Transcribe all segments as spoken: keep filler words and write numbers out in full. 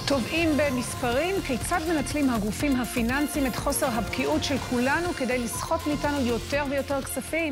טובעים במספרים, כיצד מנצלים הגופים הפיננסיים את חוסר הבקיאות של כולנו כדי לסחוט מאיתנו יותר ויותר כספים?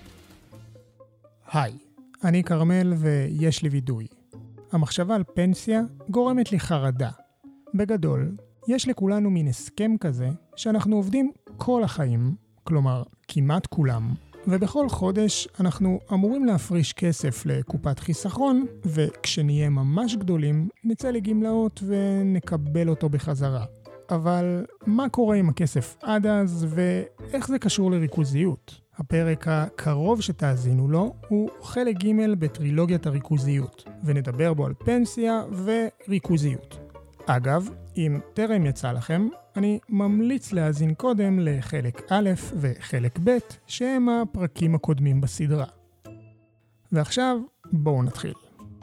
היי, אני קרמל ויש לי וידוי. המחשבה על פנסיה גורמת לי חרדה. בגדול, יש לכולנו מין הסכם כזה שאנחנו עובדים כל החיים, כלומר כמעט כולם, ובכל חודש אנחנו אמורים להפריש כסף לקופת חיסכון, וכשנהיה ממש גדולים נצא לגמלאות ונקבל אותו בחזרה. אבל מה קורה עם הכסף עד אז ואיך זה קשור לריכוזיות? הפרק הקרוב שתאזינו לו הוא חלק ג' בטרילוגיית הריכוזיות, ונדבר בו על פנסיה וריכוזיות. אגב, אם טרם יצא לכם, אני ממליץ להאזין קודם לחלק א' וחלק ב', שהם הפרקים הקודמים בסדרה. ועכשיו, בואו נתחיל.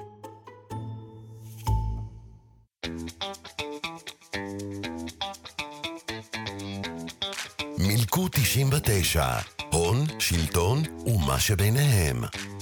מילקוט תשעים ותשע, הון, שלטון ומה שביניהם.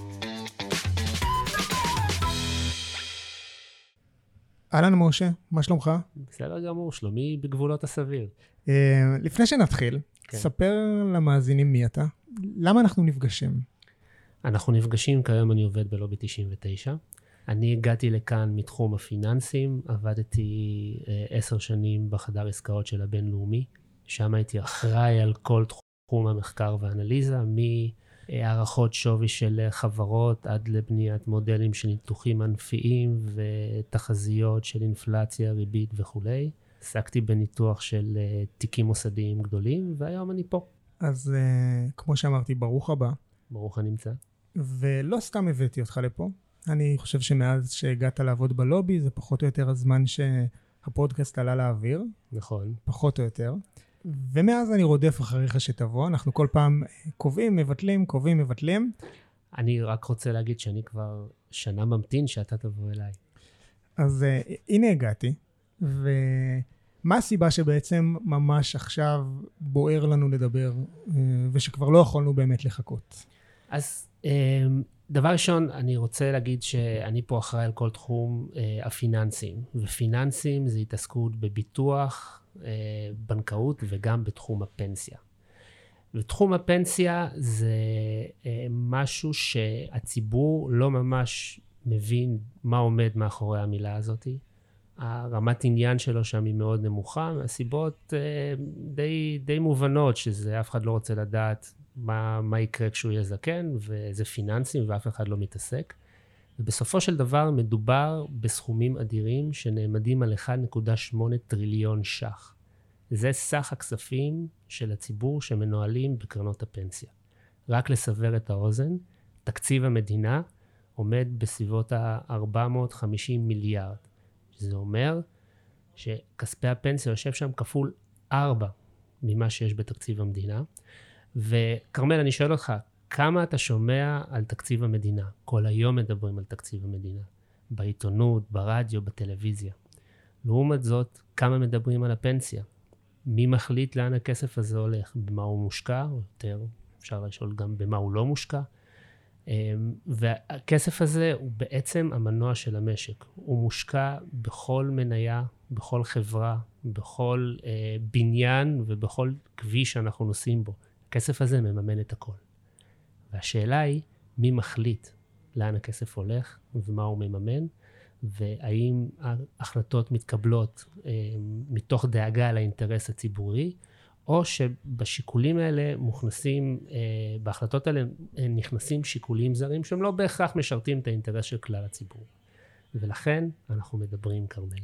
אהלן משה, מה שלומך? בסדר גמור, שלומי בגבולות הסביר. לפני שנתחיל, כן. ספר למאזינים מי אתה. למה אנחנו נפגשים? אנחנו נפגשים, כיום אני עובד בלובי תשעים ותשע. אני הגעתי לכאן מתחום הפיננסים, עבדתי עשר שנים בחדר עסקאות של הבינלאומי, שם הייתי אחראי על כל תחום המחקר והאנליזה, מהערכות שווי של חברות עד לבניית מודלים של ניתוחים ענפיים ותחזיות של אינפלציה, ריבית וכו'. עסקתי בניתוח של תיקים מוסדיים גדולים, והיום אני פה. אז כמו שאמרתי, ברוך הבא. ברוך הנמצא. ולא סתם הבאתי אותך לפה. אני חושב שמאז שהגעת לעבוד בלובי, זה פחות או יותר הזמן שהפודקאסט עלה לאוויר. נכון. פחות או יותר. ומאז אני רודף אחריך שתבוא. אנחנו כל פעם קובעים, מבטלים, קובעים, מבטלים. אני רק רוצה להגיד שאני כבר שנה ממתין שאתה תבוא אליי. אז uh, הנה הגעתי. ומה הסיבה שבעצם ממש עכשיו בוער לנו לדבר, uh, ושכבר לא יכולנו באמת לחכות? אז uh, דבר ראשון, אני רוצה להגיד שאני פה אחראי על כל תחום uh, הפיננסים. ופיננסים זה התעסקות בביטוח, בנקאות וגם בתחום הפנסיה. ותחום הפנסיה זה משהו שהציבור לא ממש מבין מה עומד מאחורי המילה הזאת. הרמת עניין שלו שם היא מאוד נמוכה, מהסיבות די, די מובנות, שזה אף אחד לא רוצה לדעת מה, מה יקרה כשהוא יהיה זקן, וזה פיננסים ואף אחד לא מתעסק. ובסופו של דבר מדובר בסכומים אדירים שנעמדים על אחד נקודה שמונה טריליון ש"ח. זה סך הכספים של הציבור שמנוהלים בקרנות הפנסיה. רק לסבר את האוזן, תקציב המדינה עומד בסביבות ה-ארבע מאות וחמישים מיליארד. זה אומר שכספי הפנסיה יושב שם כפול ארבע ממה שיש בתקציב המדינה. וקרמל, אני שואל אותך, כמה אתה שומע על תקציב המדינה? כל היום מדברים על תקציב המדינה. בעיתונות, ברדיו, בטלוויזיה. לעומת זאת, כמה מדברים על הפנסיה? מי מחליט לאן הכסף הזה הולך? במה הוא מושקע? או יותר, אפשר לשאול גם במה הוא לא מושקע. והכסף הזה הוא בעצם המנוע של המשק. הוא מושקע בכל מניה, בכל חברה, בכל בניין ובכל כביש שאנחנו נוסעים בו. הכסף הזה מממן את הכל. והשאלה היא, מי מחליט לאן הכסף הולך ומה הוא מממן, והאם ההחלטות מתקבלות אה, מתוך דאגה לאינטרס הציבורי, או שבשיקולים האלה מוכנסים, אה, בהחלטות האלה נכנסים שיקולים זרים, שהם לא בהכרח משרתים את האינטרס של כלל הציבור. ולכן אנחנו מדברים, קרמל.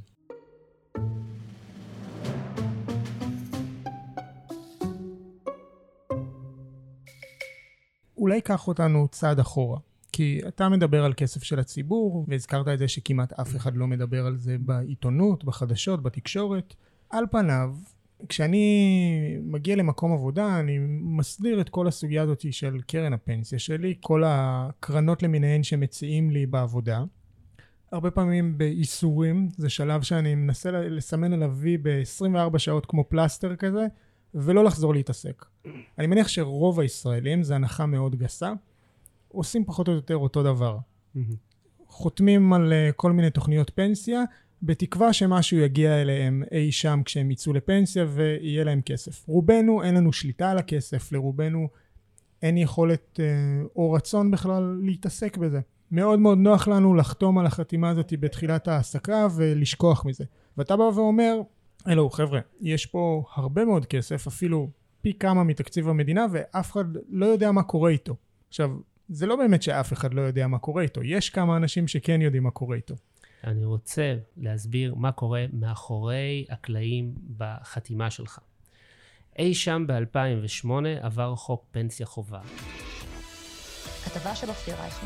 אולי קח אותנו צעד אחורה, כי אתה מדבר על כסף של הציבור, והזכרת את זה שכמעט אף אחד לא מדבר על זה בעיתונות, בחדשות, בתקשורת. על פניו, כשאני מגיע למקום עבודה, אני מסדיר את כל הסוגיה הזאת של קרן הפנסיה שלי, כל הקרנות למיניהן שמציעים לי בעבודה. הרבה פעמים באיסורים, זה שלב שאני מנסה לסמן עליו וי ב-עשרים וארבע שעות כמו פלסטר כזה, ולא לחזור להתעסק. אני מניח שרוב הישראלים, זה הנחה מאוד גסה, עושים פחות או יותר אותו דבר. חותמים על כל מיני תוכניות פנסיה, בתקווה שמשהו יגיע אליהם אי שם כשהם יצאו לפנסיה ויהיה להם כסף. רובנו אין לנו שליטה על הכסף, לרובנו אין יכולת או רצון בכלל להתעסק בזה. מאוד מאוד נוח לנו לחתום על החתימה הזאת בתחילת העסקה ולשכוח מזה. ואתה בא ואומר, אלו חבר'ה, יש פה הרבה מאוד כסף, אפילו פי כמה מתקציב המדינה, ואף אחד לא יודע מה קורה איתו. עכשיו, זה לא באמת שאף אחד לא יודע מה קורה איתו, יש כמה אנשים שכן יודעים מה קורה איתו. אני רוצה להסביר מה קורה מאחורי הקלעים בחתימה שלך. אי שם ב-אלפיים ושמונה עבר חוק פנסיה חובה. כתבה של אופיר רייכמן.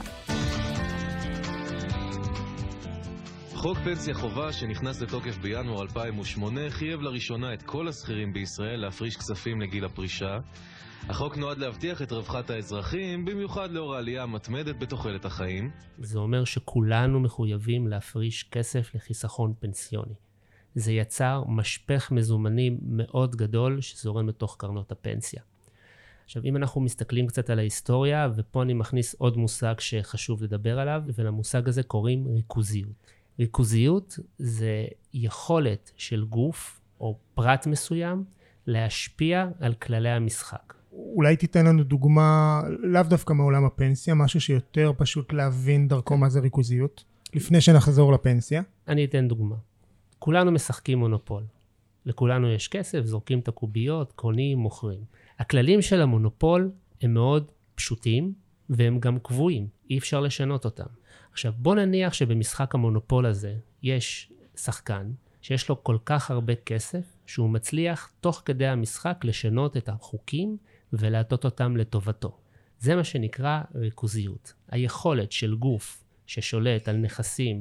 חוק פנסיה חובה שנכנס לתוקף בינואר אלפיים ושמונה חייב לראשונה את כל השכירים בישראל להפריש כספים לגיל הפרישה. החוק נועד להבטיח את רווחת האזרחים, במיוחד לאור העלייה המתמדת בתוחלת החיים. זה אומר שכולנו מחויבים להפריש כסף לחיסכון פנסיוני. זה יצר משפך מזומנים מאוד גדול שזורם בתוך קרנות הפנסיה. עכשיו, אם אנחנו מסתכלים קצת על ההיסטוריה, ופה אני מכניס עוד מושג שחשוב לדבר עליו, ולמושג הזה קוראים ריכוזיות. ריכוזיות זה יכולת של גוף או פרט מסוים להשפיע על כללי המשחק. אולי תיתן לנו דוגמה, לאו דווקא מעולם הפנסיה, משהו שיותר פשוט להבין דרכו מה זה ריכוזיות, לפני שנחזור לפנסיה. אני אתן דוגמה. כולנו משחקים מונופול. לכולנו יש כסף, זורקים את הקוביות, קונים, מוכרים. הכללים של המונופול הם מאוד פשוטים, והם גם קבועים. אי אפשר לשנות אותם. עכשיו, בוא נניח שבמשחק המונופול הזה יש שחקן שיש לו כל כך הרבה כסף, שהוא מצליח תוך כדי המשחק לשנות את החוקים ולהטות אותם לטובתו. זה מה שנקרא ריכוזיות. היכולת של גוף ששולט על נכסים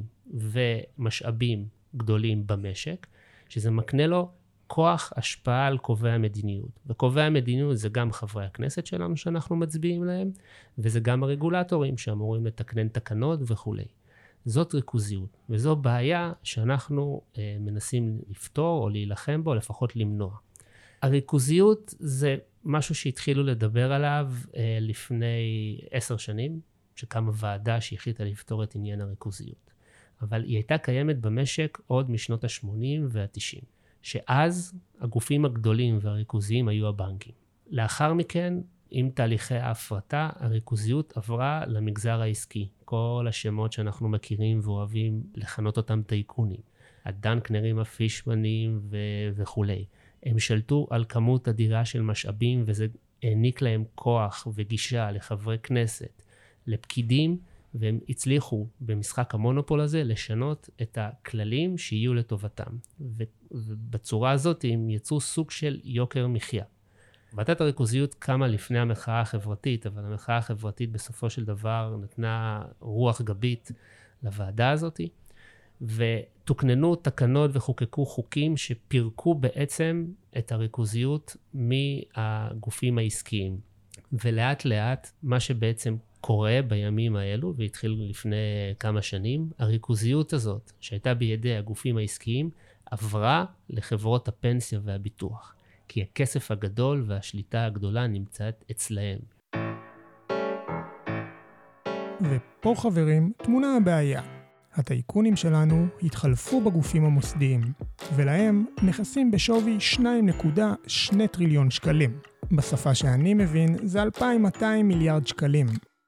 ומשאבים גדולים במשק, שזה מקנה לו כוח השפעה על קובעי המדיניות. וקובעי המדיניות זה גם חברי הכנסת שלנו שאנחנו מצביעים להם, וזה גם הרגולטורים שאמורים לתקנן תקנות וכו'. זאת ריכוזיות, וזו בעיה שאנחנו אה, מנסים לפתור או להילחם בו, לפחות למנוע. הריכוזיות זה משהו שהתחילו לדבר עליו אה, לפני עשר שנים, שקמה ועדה שהחליטה לפתור את עניין הריכוזיות. אבל היא הייתה קיימת במשק עוד משנות ה-שמונים וה-תשעים, שאז הגופים הגדולים והריכוזיים היו הבנקים. לאחר מכן, עם תהליכי ההפרטה, הריכוזיות עברה למגזר העסקי. כל השמות שאנחנו מכירים ואוהבים לכנות אותם טייקונים. הדנקנרים, הפישמנים ו- וכו'. הם שלטו על כמות אדירה של משאבים, וזה העניק להם כוח וגישה לחברי כנסת, לפקידים, והם הצליחו במשחק המונופול הזה לשנות את הכללים שיהיו לטובתם. ובצורה הזאת הם יצאו סוג של יוקר מחיה. ועדת הריכוזיות קמה לפני המחאה החברתית, אבל המחאה החברתית בסופו של דבר נתנה רוח גבית לוועדה הזאת, ותוקננו תקנות וחוקקו חוקים שפירקו בעצם את הריכוזיות מהגופים העסקיים. ולאט לאט מה שבעצם קורה בימים האלו, והתחיל לפני כמה שנים, הריכוזיות הזאת שהייתה בידי הגופים העסקיים עברה לחברות הפנסיה והביטוח. כי הכסף הגדול והשליטה הגדולה נמצאת אצלהם. ופה חברים, תמונה הבעיה. הטייקונים שלנו התחלפו בגופים המוסדיים, ולהם נכסים בשווי שתיים נקודה שתיים טריליון שקלים. בשפה שאני מבין זה אלפיים ומאתיים מיליארד שקלים.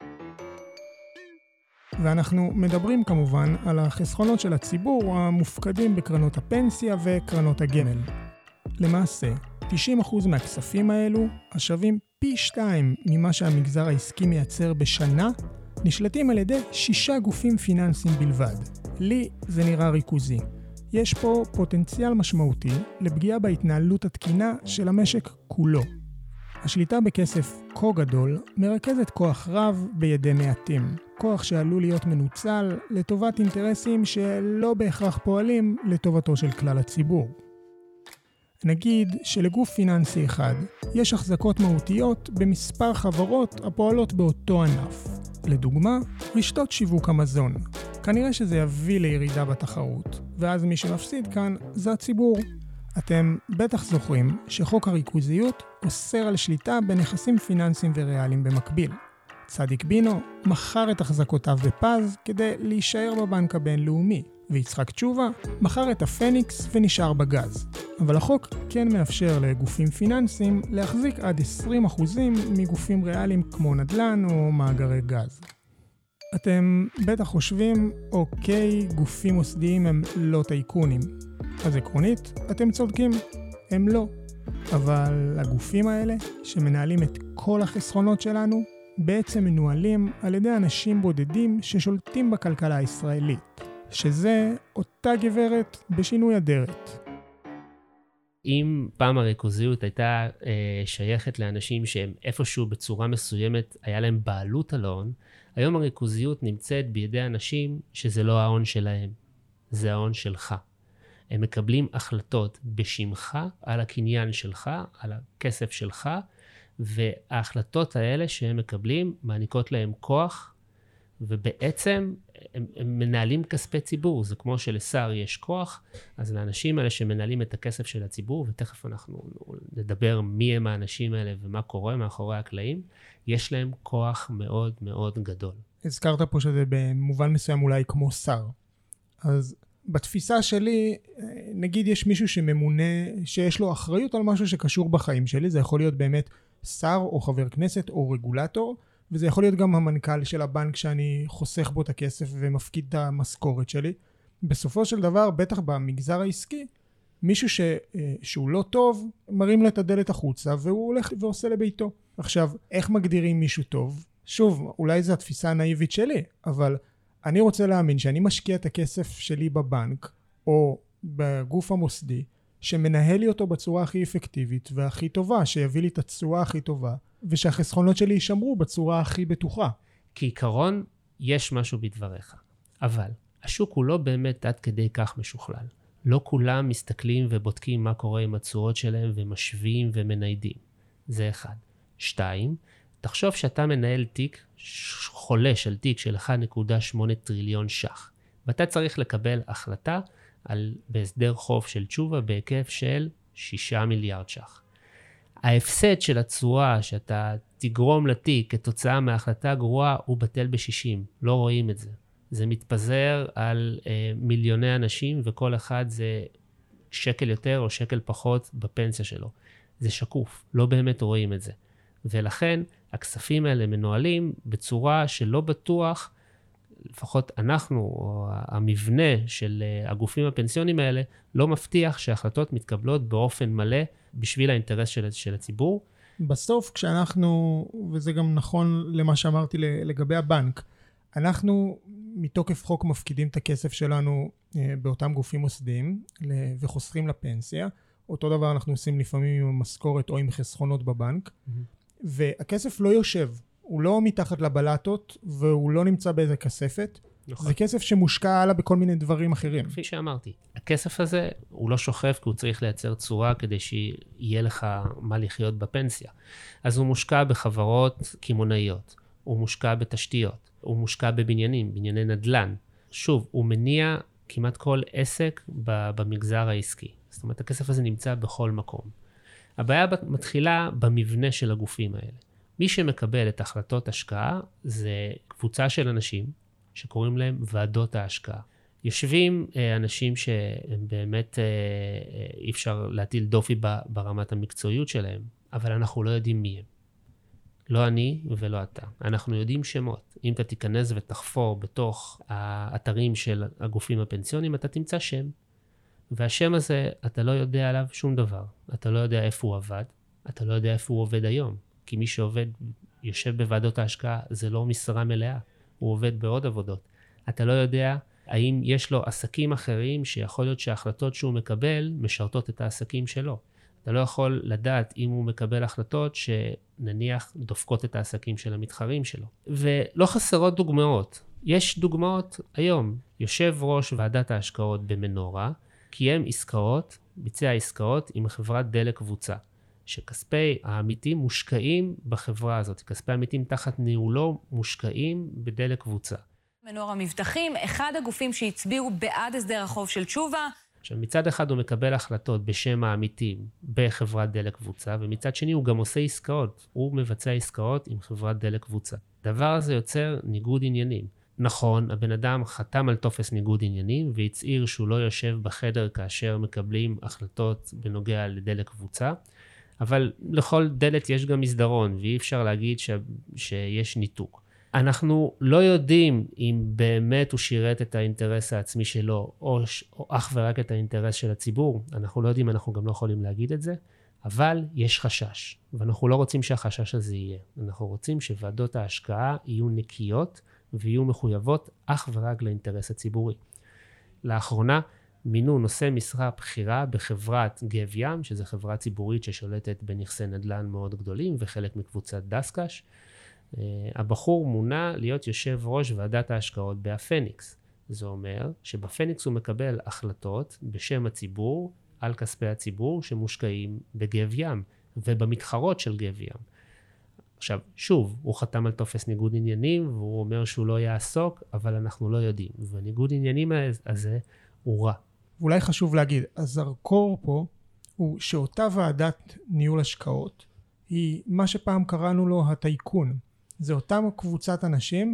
ואנחנו מדברים כמובן על החסכונות של הציבור המופקדים בקרנות הפנסיה וקרנות הגמל. למעשה, תשעים אחוז מהכספים האלו, השווים פי שתיים ממה שהמגזר העסקי מייצר בשנה, נשלטים על ידי שישה גופים פיננסיים בלבד. לי זה נראה ריכוזי. יש פה פוטנציאל משמעותי לפגיעה בהתנהלות התקינה של המשק כולו. השליטה בכסף כה גדול מרכזת כוח רב בידי מעטים. כוח שעלול להיות מנוצל לטובת אינטרסים שלא בהכרח פועלים לטובתו של כלל הציבור. נגיד שלגוף פיננסי אחד יש החזקות מהותיות במספר חברות הפועלות באותו ענף. לדוגמה, רשתות שיווק המזון. כנראה שזה יביא לירידה בתחרות, ואז מי שמפסיד כאן זה הציבור. אתם בטח זוכרים שחוק הריכוזיות אוסר על שליטה בנכסים פיננסיים וריאליים במקביל. צדיק בינו מכר את החזקותיו בפז כדי להישאר בבנק הבינלאומי, ויצחק תשובה מכר את הפניקס ונשאר בגז. אבל החוק כן מאפשר לגופים פיננסיים להחזיק עד עשרים אחוז מגופים ריאליים כמו נדל"ן או מאגרי גז. אתם בטח חושבים, אוקיי, גופים מוסדיים הם לא טייקונים. אז עקרונית, אתם צודקים, הם לא. אבל הגופים האלה, שמנהלים את כל החסכונות שלנו, בעצם מנוהלים על ידי אנשים בודדים ששולטים בכלכלה הישראלית, שזה אותה גברת בשינוי אדרת. אם פעם הריכוזיות הייתה אה, שייכת לאנשים שהם איפשהו בצורה מסוימת, היה להם בעלות על ההון, היום הריכוזיות נמצאת בידי אנשים שזה לא ההון שלהם, זה ההון שלך. הם מקבלים החלטות בשמך, על הקניין שלך, על הכסף שלך, וההחלטות האלה שהם מקבלים מעניקות להם כוח, ובעצם הם, הם מנהלים כספי ציבור. זה כמו שלשר יש כוח, אז לאנשים האלה שמנהלים את הכסף של הציבור, ותכף אנחנו נדבר מי הם האנשים האלה ומה קורה מאחורי הקלעים, יש להם כוח מאוד מאוד גדול. הזכרת פה שזה במובן מסוים אולי כמו שר. אז בתפיסה שלי, נגיד יש מישהו שממונה, שיש לו אחריות על משהו שקשור בחיים שלי, זה יכול להיות באמת שר או חבר כנסת או רגולטור, וזה יכול להיות גם המנכ"ל של הבנק שאני חוסך בו את הכסף ומפקיד את המשכורת שלי. בסופו של דבר, בטח במגזר העסקי, מישהו ש, שהוא לא טוב, מרים לו את הדלת החוצה והוא הולך ועושה לביתו. עכשיו, איך מגדירים מישהו טוב? שוב, אולי זו התפיסה הנאיבית שלי, אבל אני רוצה להאמין שאני משקיע את הכסף שלי בבנק או בגוף המוסדי, שמנהל לי אותו בצורה הכי אפקטיבית והכי טובה, שיביא לי את הצורה הכי טובה, ושהחסכונות שלי יישמרו בצורה הכי בטוחה. כעיקרון, יש משהו בדבריך. אבל השוק הוא לא באמת עד כדי כך משוכלל. לא כולם מסתכלים ובודקים מה קורה עם הצורות שלהם ומשווים ומניידים. זה אחד. שתיים, תחשוב שאתה מנהל תיק, חולש על תיק של אחד נקודה שמונה טריליון שח. ואתה צריך לקבל החלטה על בהסדר חוב של תשובה בהיקף של שישה מיליארד שח. ההפסד של הצורה שאתה תגרום לתיק כתוצאה מההחלטה הגרועה הוא בטל ב-שישים. לא רואים את זה. זה מתפזר על אה, מיליוני אנשים, וכל אחד זה שקל יותר או שקל פחות בפנסיה שלו. זה שקוף, לא באמת רואים את זה. ולכן הכספים האלה מנוהלים בצורה שלא בטוח, לפחות אנחנו, או המבנה של הגופים הפנסיונים האלה, לא מבטיח שההחלטות מתקבלות באופן מלא בשביל האינטרס של, של הציבור. בסוף כשאנחנו, וזה גם נכון למה שאמרתי לגבי הבנק, אנחנו מתוקף חוק מפקידים את הכסף שלנו באותם גופים מוסדיים וחוסכים לפנסיה. אותו דבר אנחנו עושים לפעמים עם המשכורת או עם חסכונות בבנק. Mm-hmm. והכסף לא יושב, הוא לא מתחת לבלטות והוא לא נמצא באיזה כספת. נכון. זה כסף שמושקע הלאה בכל מיני דברים אחרים. כפי שאמרתי, הכסף הזה הוא לא שוכב כי הוא צריך לייצר צורה כדי שיהיה לך מה לחיות בפנסיה. אז הוא מושקע בחברות כימונאיות, הוא מושקע בתשתיות, הוא מושקע בבניינים, בנייני נדל"ן. שוב, הוא מניע כמעט כל עסק במגזר העסקי. זאת אומרת, הכסף הזה נמצא בכל מקום. הבעיה מתחילה במבנה של הגופים האלה. מי שמקבל את החלטות השקעה זה קבוצה של אנשים שקוראים להם ועדות ההשקעה. יושבים אנשים שהם באמת אי אפשר להטיל דופי ברמת המקצועיות שלהם, אבל אנחנו לא יודעים מי הם. לא אני ולא אתה. אנחנו יודעים שמות. אם אתה תיכנס ותחפור בתוך האתרים של הגופים הפנסיונים, אתה תמצא שם. והשם הזה, אתה לא יודע עליו שום דבר. אתה לא יודע איפה הוא עבד, אתה לא יודע איפה הוא עובד היום. כי מי שעובד, יושב בוועדות ההשקעה, זה לא משרה מלאה. הוא עובד בעוד עבודות. אתה לא יודע האם יש לו עסקים אחרים שיכול להיות שההחלטות שהוא מקבל משרתות את העסקים שלו. אתה לא יכול לדעת אם הוא מקבל החלטות שנניח דופקות את העסקים של המתחרים שלו. ולא חסרות דוגמאות. יש דוגמאות היום. יושב ראש ועדת ההשקעות במנורה, קיים עסקאות, ביצע עסקאות עם חברת דלק קבוצה, שכספי העמיתים מושקעים בחברה הזאת. כספי העמיתים תחת ניהולו מושקעים בדלק קבוצה. מנורה מבטחים, אחד הגופים שהצביעו בעד הסדר החוב של תשובה. עכשיו, מצד אחד הוא מקבל החלטות בשם העמיתים בחברת דלק קבוצה, ומצד שני הוא גם עושה עסקאות. הוא מבצע עסקאות עם חברת דלק קבוצה. דבר הזה יוצר ניגוד עניינים. נכון, הבן אדם חתם על טופס ניגוד עניינים, והצהיר שהוא לא יושב בחדר כאשר מקבלים החלטות בנוגע לדלק קבוצה, אבל לכל דלת יש גם מסדרון, ואי אפשר להגיד ש... שיש ניתוק. אנחנו לא יודעים אם באמת הוא שירת את האינטרס העצמי שלו, או, או אך ורק את האינטרס של הציבור. אנחנו לא יודעים, אנחנו גם לא יכולים להגיד את זה, אבל יש חשש, ואנחנו לא רוצים שהחשש הזה יהיה. אנחנו רוצים שוועדות ההשקעה יהיו נקיות, ויהיו מחויבות אך ורק לאינטרס הציבורי. לאחרונה מינו נושא משרה בחירה בחברת גב ים, שזו חברה ציבורית ששולטת בנכסי נדל"ן מאוד גדולים, וחלק מקבוצת דסקש. Uh, הבחור מונה להיות יושב ראש ועדת ההשקעות בהפניקס. זה אומר שבפניקס הוא מקבל החלטות בשם הציבור, על כספי הציבור שמושקעים בגב ים, ובמתחרות של גב ים. עכשיו, שוב, הוא חתם על טופס ניגוד עניינים, והוא אומר שהוא לא יעסוק, אבל אנחנו לא יודעים. וניגוד עניינים הזה הוא רע. ואולי חשוב להגיד, הזרקור פה הוא שאותה ועדת ניהול השקעות, היא מה שפעם קראנו לו הטייקון. זה אותם קבוצת אנשים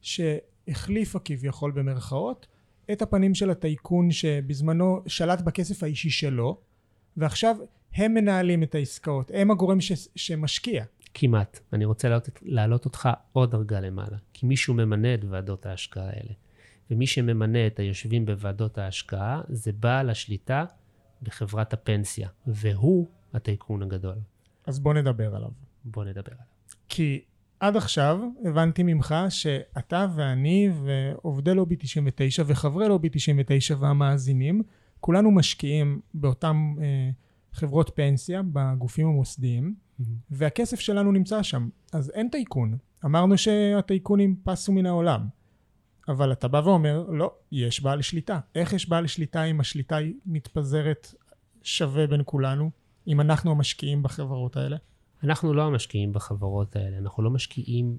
שהחליפה כביכול במרכאות, את הפנים של הטייקון שבזמנו שלט בכסף האישי שלו, ועכשיו הם מנהלים את העסקאות, הם הגורם ש, שמשקיע. כמעט. אני רוצה להעלות, להעלות אותך עוד דרגה למעלה, כי מישהו ממנה את ועדות ההשקעה האלה. ומי שממנה את היושבים בוועדות ההשקעה, זה בעל השליטה בחברת הפנסיה, והוא הטייקון הגדול. אז בוא נדבר עליו. בוא נדבר עליו. כי עד עכשיו הבנתי ממך שאתה ואני ועובדי לובי תשעים ותשע וחברי לובי תשעים ותשע והמאזינים, כולנו משקיעים באותם אה, חברות פנסיה, בגופים המוסדיים, mm-hmm. והכסף שלנו נמצא שם. אז אין טייקון. אמרנו שהטייקונים פסו מן העולם. אבל אתה בא ואומר, לא, יש בעל שליטה. איך יש בעל שליטה אם השליטה היא מתפזרת שווה בין כולנו, אם אנחנו המשקיעים בחברות האלה? אנחנו לא המשקיעים בחברות האלה, אנחנו לא משקיעים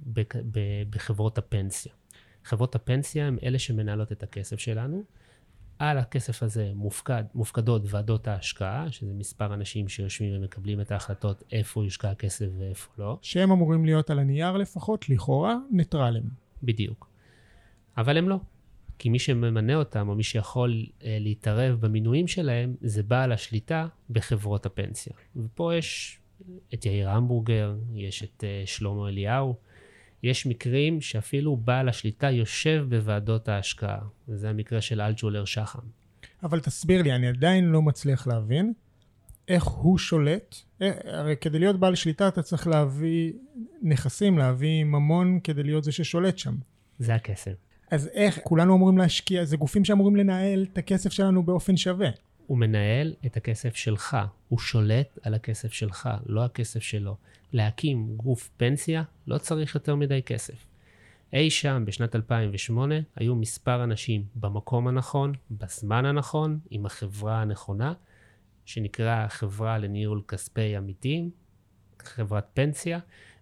בחברות הפנסיה. חברות הפנסיה הם אלה שמנהלות את הכסף שלנו. על הכסף הזה מופקד, מופקדות ועדות ההשקעה, שזה מספר אנשים שיושבים ומקבלים את ההחלטות איפה יושקע הכסף ואיפה לא. שהם אמורים להיות על הנייר לפחות, לכאורה, ניטרלים. בדיוק. אבל הם לא. כי מי שממנה אותם, או מי שיכול אה, להתערב במינויים שלהם, זה בעל השליטה בחברות הפנסיה. ופה יש את יאיר המבורגר, יש את אה, שלמה אליהו, יש מקרים שאפילו בעל השליטה יושב בוועדות ההשקעה, וזה המקרה של אלטשולר שחם. אבל תסביר לי, אני עדיין לא מצליח להבין איך הוא שולט. הרי כדי להיות בעל שליטה אתה צריך להביא נכסים, להביא ממון כדי להיות זה ששולט שם. זה הכסף. אז איך? כולנו אמורים להשקיע, זה גופים שאמורים לנהל את הכסף שלנו באופן שווה. הוא מנהל את הכסף שלך, הוא שולט על הכסף שלך, לא הכסף שלו. להקים גוף פנסיה לא צריך יותר מדי כסף. אי שם בשנת אלפיים ושמונה היו מספר אנשים במקום הנכון, בזמן הנכון, עם החברה הנכונה, שנקרא חברה לניהול כספי עמיתים, חברת פנסיה,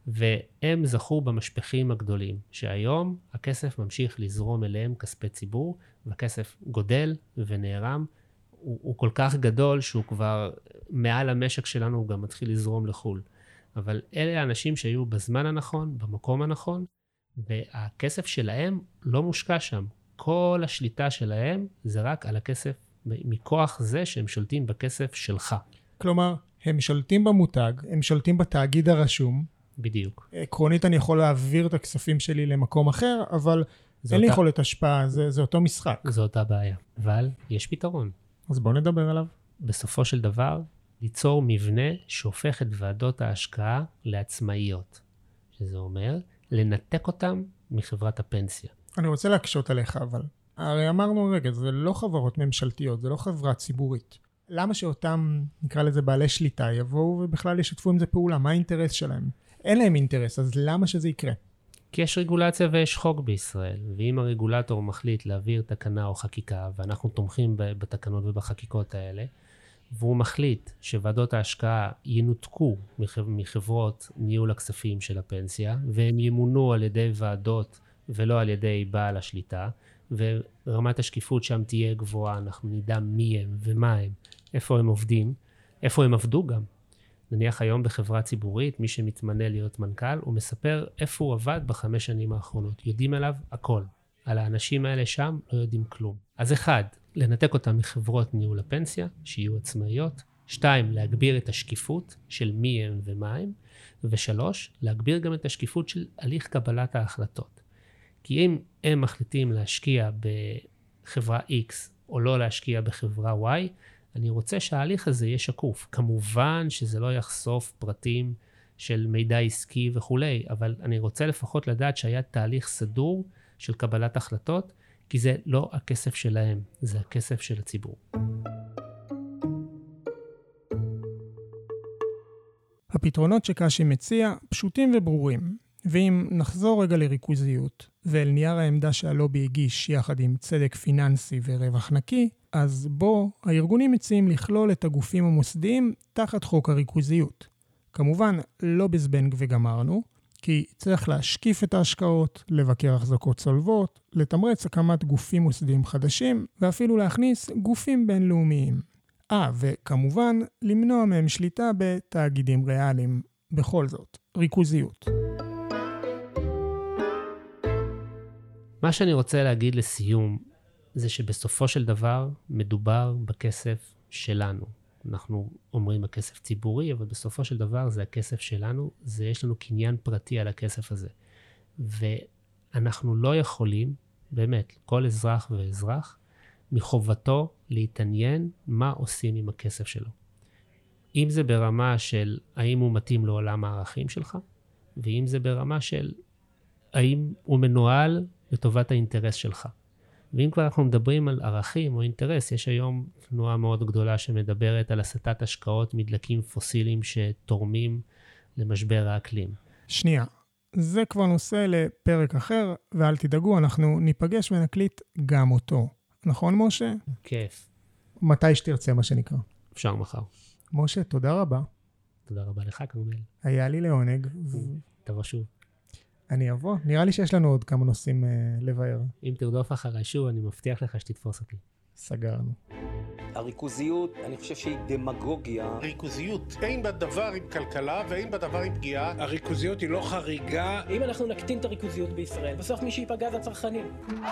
והם זכו במשפחים הגדולים, שהיום הכסף ממשיך לזרום אליהם כספי ציבור, והכסף גודל ונערם, הוא, הוא כל כך גדול שהוא כבר מעל המשק שלנו, הוא גם מתחיל לזרום לחול. אבל אלה האנשים שהיו בזמן הנכון, במקום הנכון, והכסף שלהם לא מושקע שם. כל השליטה שלהם זה רק על הכסף, מכוח זה שהם שולטים בכסף שלך. כלומר, הם שולטים במותג, הם שולטים בתאגיד הרשום. בדיוק. עקרונית אני יכול להעביר את הכספים שלי למקום אחר, אבל אין אותה... לי יכולת השפעה, זה, זה אותו משחק. זו אותה בעיה. אבל יש פתרון. אז בוא נדבר עליו. בסופו של דבר, ליצור מבנה שהופך את ועדות ההשקעה לעצמאיות. שזה אומר, לנתק אותם מחברת הפנסיה. אני רוצה להקשות עליך, אבל הרי אמרנו רגע, זה לא חברות ממשלתיות, זה לא חברה ציבורית. למה שאותם, נקרא לזה בעלי שליטה, יבואו ובכלל ישתפו עם זה פעולה? מה האינטרס שלהם? אין להם אינטרס, אז למה שזה יקרה? כי יש רגולציה ויש חוק בישראל, ואם הרגולטור מחליט להעביר תקנה או חקיקה, ואנחנו תומכים בתקנות ובחקיקות האלה, והוא מחליט שוועדות ההשקעה ינותקו מחברות ניהול הכספים של הפנסיה, והם ימונו על ידי ועדות ולא על ידי בעל השליטה, ורמת השקיפות שם תהיה גבוהה, אנחנו נדע מי הם ומה הם, איפה הם עובדים, איפה הם עבדו גם. נניח היום בחברה ציבורית, מי שמתמנה להיות מנכ"ל, הוא מספר איפה הוא עבד בחמש שנים האחרונות. יודעים עליו הכל. על האנשים האלה שם לא יודעים כלום. אז אחד, לנתק אותם מחברות ניהול הפנסיה, שיהיו עצמאיות. שתיים, להגביר את השקיפות של מי הם ומה הם. ושלוש, להגביר גם את השקיפות של הליך קבלת ההחלטות. כי אם הם מחליטים להשקיע בחברה X או לא להשקיע בחברה Y, אני רוצה שההליך הזה יהיה שקוף. כמובן שזה לא יחשוף פרטים של מידע עסקי וכולי, אבל אני רוצה לפחות לדעת שהיה תהליך סדור של קבלת החלטות, כי זה לא הכסף שלהם, זה הכסף של הציבור. הפתרונות שקאשי מציע פשוטים וברורים, ואם נחזור רגע לריכוזיות ואל נייר העמדה שהלובי הגיש יחד עם צדק פיננסי ורווח נקי, אז בו הארגונים מציעים לכלול את הגופים המוסדיים תחת חוק הריכוזיות. כמובן לא בזבנג וגמרנו, כי צריך להשקיף את ההשקעות, לבקר החזקות צולבות, לתמרץ הקמת גופים מוסדיים חדשים, ואפילו להכניס גופים בינלאומיים. אה, וכמובן למנוע מהם שליטה בתאגידים ריאליים. בכל זאת, ריכוזיות. מה שאני רוצה להגיד לסיום, זה שבסופו של דבר מדובר בכסף שלנו. אנחנו אומרים הכסף ציבורי, אבל בסופו של דבר זה הכסף שלנו, זה יש לנו קניין פרטי על הכסף הזה. ואנחנו לא יכולים, באמת, כל אזרח ואזרח, מחובתו להתעניין מה עושים עם הכסף שלו. אם זה ברמה של האם הוא מתאים לעולם הערכים שלך, ואם זה ברמה של האם הוא מנוהל לטובת האינטרס שלך. ואם כבר אנחנו מדברים על ערכים או אינטרס, יש היום תנועה מאוד גדולה שמדברת על הסטת השקעות מדלקים פוסיליים שתורמים למשבר האקלים. שנייה, זה כבר נושא לפרק אחר, ואל תדאגו, אנחנו ניפגש ונקליט גם אותו. נכון, משה? כיף. מתי שתרצה, מה שנקרא. אפשר מחר. משה, תודה רבה. תודה רבה לך, כרמל. היה לי לעונג. תבוא שוב. אני אבוא. נראה לי שיש לנו עוד כמה נושאים uh, לבאר. אם תרדוף אחרי שוב, אני מבטיח לך שתתפוס אותי. סגרנו. הריכוזיות, אני חושב שהיא דמגוגיה. הריכוזיות, אין בדבר עם כלכלה ואין בדבר עם פגיעה. הריכוזיות היא לא חריגה. אם אנחנו נקטין את הריכוזיות בישראל, בסוף מי שיפגע זה הצרכנים.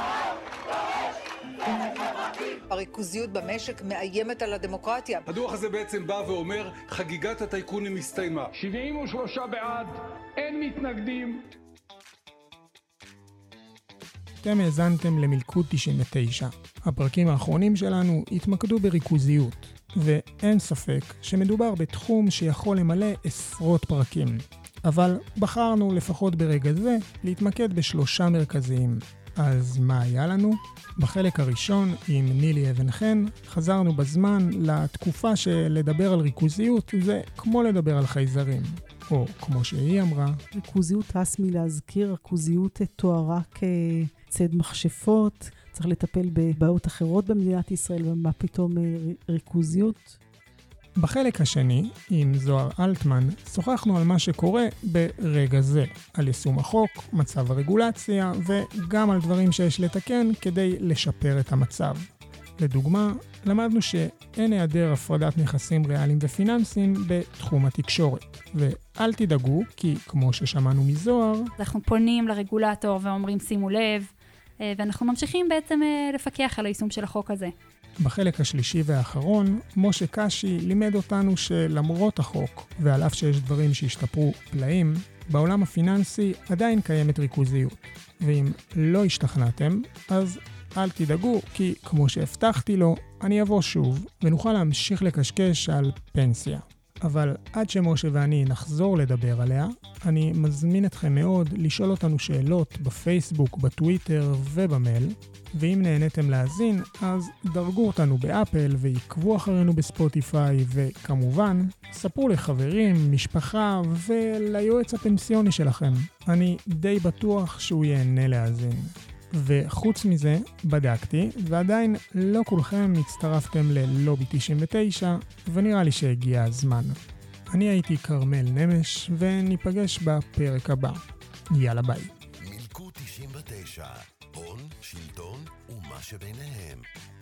הריכוזיות במשק מאיימת על הדמוקרטיה. הדוח הזה בעצם בא ואומר, חגיגת הטייקונים הסתיימה. שבעים ושלושה בעד, אין מתנגדים. אתם האזנתם למלכוד תשעים ותשע. הפרקים האחרונים שלנו התמקדו בריכוזיות, ואין ספק שמדובר בתחום שיכול למלא עשרות פרקים. אבל בחרנו לפחות ברגע זה להתמקד בשלושה מרכזיים. אז מה היה לנו? בחלק הראשון עם נילי אבן חן חזרנו בזמן לתקופה שלדבר על ריכוזיות זה כמו לדבר על חייזרים. או כמו שהיא אמרה, ריכוזיות רסמי להזכיר, ריכוזיות תוארה כצד מכשפות, צריך לטפל בבעיות אחרות במדינת ישראל, ומה פתאום ריכוזיות. בחלק השני, עם זוהר אלטמן, שוחחנו על מה שקורה ברגע זה, על יישום החוק, מצב הרגולציה, וגם על דברים שיש לתקן כדי לשפר את המצב. לדוגמה, למדנו שאין היעדר הפרדת נכסים ריאליים ופיננסיים בתחום התקשורת. ואל תדאגו, כי כמו ששמענו מזוהר, אנחנו פונים לרגולטור ואומרים שימו לב, ואנחנו ממשיכים בעצם לפקח על היישום של החוק הזה. בחלק השלישי והאחרון, משה קאשי לימד אותנו שלמרות החוק, ועל אף שיש דברים שהשתפרו פלאים, בעולם הפיננסי עדיין קיימת ריכוזיות. ואם לא השתכנעתם, אז אל תדאגו, כי כמו שהבטחתי לו, אני אבוא שוב, ונוכל להמשיך לקשקש על פנסיה. אבל עד שמשה ואני נחזור לדבר עליה, אני מזמין אתכם מאוד לשאול אותנו שאלות בפייסבוק, בטוויטר ובמייל, ואם נהניתם להאזין, אז דרגו אותנו באפל ועקבו אחרינו בספוטיפיי, וכמובן, ספרו לחברים, משפחה וליועץ הפנסיוני שלכם. אני די בטוח שהוא ייהנה להאזין. וחוץ מזה, בדקתי, ועדיין לא כולכם הצטרפתם ללובי תשעים ותשע, ונראה לי שהגיע הזמן. אני הייתי כרמל נמש, וניפגש בפרק הבא. יאללה ביי. מלכוד תשעים ותשע הון, שלטון ומה שביניהם.